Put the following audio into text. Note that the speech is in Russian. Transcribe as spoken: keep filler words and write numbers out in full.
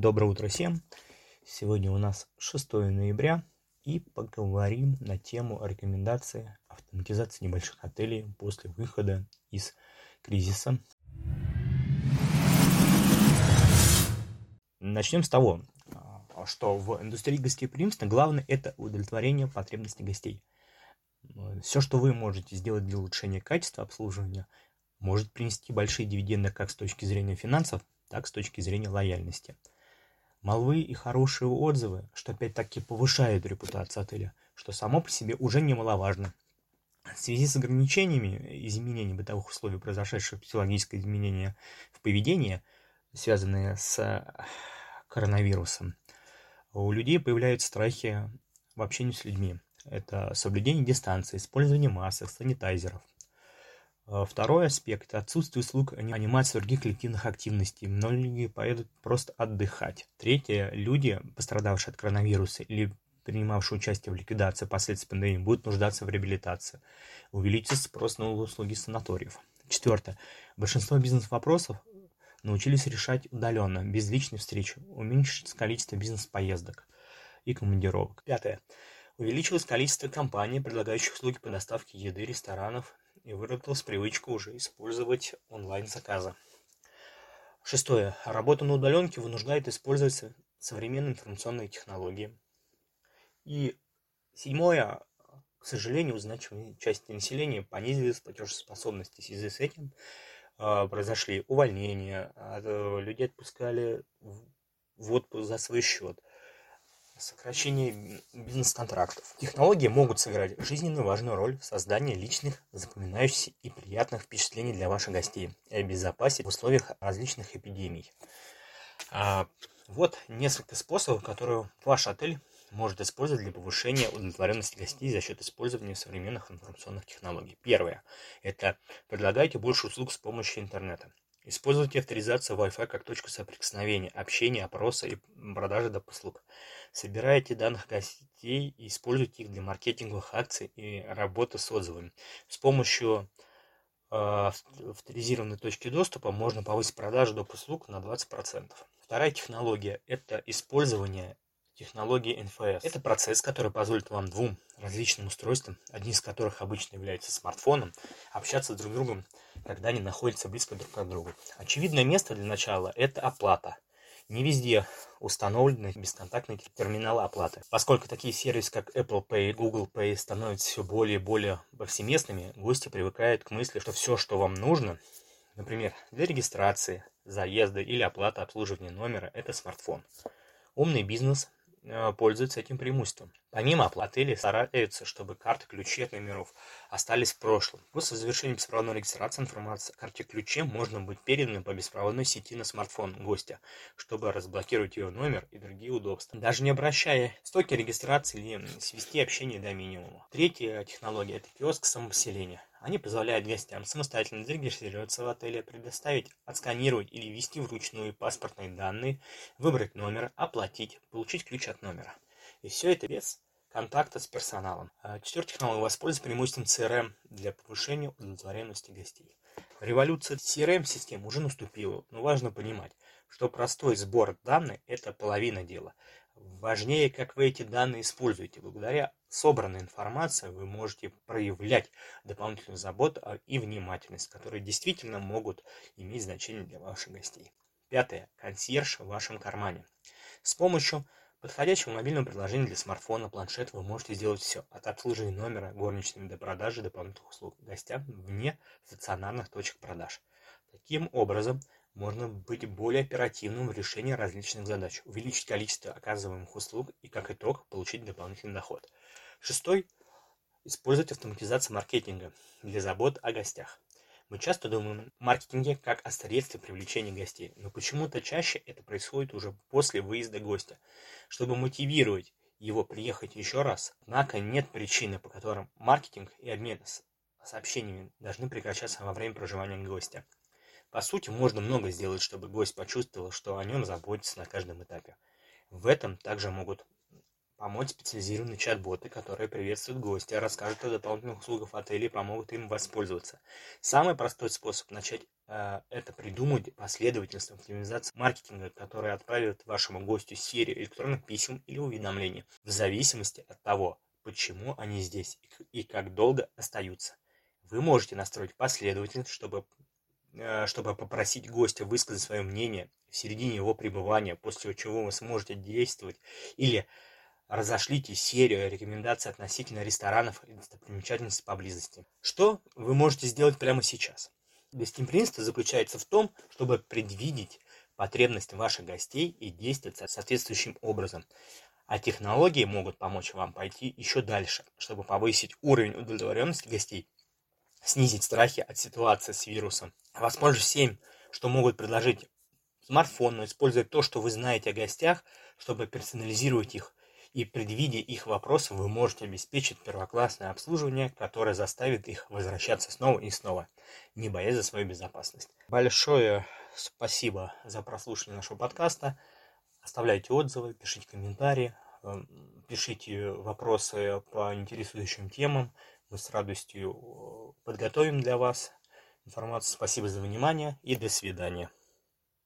Доброе утро всем! Сегодня у нас шестое ноября и поговорим на тему рекомендации автоматизации небольших отелей после выхода из кризиса. Начнем с того, что в индустрии гостеприимства главное это удовлетворение потребностей гостей. Все, что вы можете сделать для улучшения качества обслуживания, может принести большие дивиденды как с точки зрения финансов, так и с точки зрения лояльности. Молвы и хорошие отзывы, что опять-таки повышают репутацию отеля, что само по себе уже немаловажно. В связи с ограничениями, изменением бытовых условий, произошедших психологическое изменение в поведении, связанные с коронавирусом, у людей появляются страхи в общении с людьми. Это соблюдение дистанции, использование масок, санитайзеров. Второй аспект – это отсутствие услуг анимации других коллективных активностей. Многие поедут просто отдыхать. Третье – люди, пострадавшие от коронавируса или принимавшие участие в ликвидации последствий пандемии, будут нуждаться в реабилитации. Увеличится спрос на услуги санаториев. Четвертое – большинство бизнес-вопросов научились решать удаленно, без личной встречи. Уменьшится количество бизнес-поездок и командировок. Пятое – увеличилось количество компаний, предлагающих услуги по доставке еды, ресторанов, и выработалась привычка уже использовать онлайн-заказы. Шестое. Работа на удаленке вынуждает использовать современные информационные технологии. И седьмое. К сожалению, у значительной части населения понизилась платежеспособность. В связи с этим э, произошли увольнения, э, людей отпускали в отпуск за свой счет. Сокращение бизнес-контрактов. Технологии могут сыграть жизненно важную роль в создании личных, запоминающихся и приятных впечатлений для ваших гостей и обезопасить в условиях различных эпидемий. А, вот несколько способов, которые ваш отель может использовать для повышения удовлетворенности гостей за счет использования современных информационных технологий. Первое. Это предлагайте больше услуг с помощью интернета. Используйте авторизацию Wi-Fi как точку соприкосновения, общения, опроса и продажи доп. Услуг. Собирайте данных гостей и используйте их для маркетинговых акций и работы с отзывами. С помощью э, авторизированной точки доступа можно повысить продажи доп. Услуг на двадцать процентов. Вторая технология – это использование технологии эн эф эс. Это процесс, который позволит вам двум различным устройствам, одни из которых обычно являются смартфоном, общаться друг с другом, когда они находятся близко друг к другу. Очевидное место для начала – это оплата. Не везде установлены бесконтактные терминалы оплаты. Поскольку такие сервисы, как Apple Pay и Google Pay становятся все более и более повсеместными, гости привыкают к мысли, что все, что вам нужно, например, для регистрации, заезда или оплаты обслуживания номера – это смартфон. Умный бизнес пользуются этим преимуществом. Помимо оплаты, отели стараются, чтобы карты ключи от номеров остались в прошлом. После завершения беспроводной регистрации информация о карте ключе можно быть передана по беспроводной сети на смартфон гостя, чтобы разблокировать ее номер и другие удобства, даже не обращая стоки регистрации или свести общение до минимума. Третья технология – это киоск самопоселения. Они позволяют гостям самостоятельно зарегистрироваться в отеле, предоставить, отсканировать или ввести вручную паспортные данные, выбрать номер, оплатить, получить ключ от номера. И все это без контакта с персоналом. Четвертая технология – воспользоваться преимуществом си эр эм для повышения удовлетворенности гостей. Революция си эр эм-систем уже наступила, но важно понимать, что простой сбор данных – это половина дела. Важнее, как вы эти данные используете. Благодаря собранной информации вы можете проявлять дополнительную заботу и внимательность, которые действительно могут иметь значение для ваших гостей. Пятое. Консьерж в вашем кармане. С помощью подходящего мобильного приложения для смартфона, планшета вы можете сделать все, от обслуживания номера, горничными до продажи дополнительных услуг гостям вне стационарных точек продаж. Таким образом, можно быть более оперативным в решении различных задач, увеличить количество оказываемых услуг и, как итог, получить дополнительный доход. Шестой. Использовать автоматизацию маркетинга для забот о гостях. Мы часто думаем о маркетинге как о средстве привлечения гостей, но почему-то чаще это происходит уже после выезда гостя, чтобы мотивировать его приехать еще раз. Однако нет причины, по которым маркетинг и обмен сообщениями должны прекращаться во время проживания гостя. По сути, можно много сделать, чтобы гость почувствовал, что о нем заботятся на каждом этапе. В этом также могут помочь специализированные чат-боты, которые приветствуют гостя, расскажут о дополнительных услугах отеля и помогут им воспользоваться. Самый простой способ начать э, это придумать последовательность оптимизации маркетинга, которая отправит вашему гостю серию электронных писем или уведомлений, в зависимости от того, почему они здесь и как долго остаются. Вы можете настроить последовательность, чтобы, э, чтобы попросить гостя высказать свое мнение в середине его пребывания, после чего вы сможете действовать, или разошлите серию рекомендаций относительно ресторанов и достопримечательностей поблизости. Что вы можете сделать прямо сейчас? Гостеприимство заключается в том, чтобы предвидеть потребности ваших гостей и действовать соответствующим образом. А технологии могут помочь вам пойти еще дальше, чтобы повысить уровень удовлетворенности гостей, снизить страхи от ситуации с вирусом. Воспользуйтесь всем, что могут предложить смартфон, но используя то, что вы знаете о гостях, чтобы персонализировать их. И предвидя их вопросы, вы можете обеспечить первоклассное обслуживание, которое заставит их возвращаться снова и снова, не боясь за свою безопасность. Большое спасибо за прослушивание нашего подкаста. Оставляйте отзывы, пишите комментарии, пишите вопросы по интересующим темам. Мы с радостью подготовим для вас информацию. Спасибо за внимание и до свидания.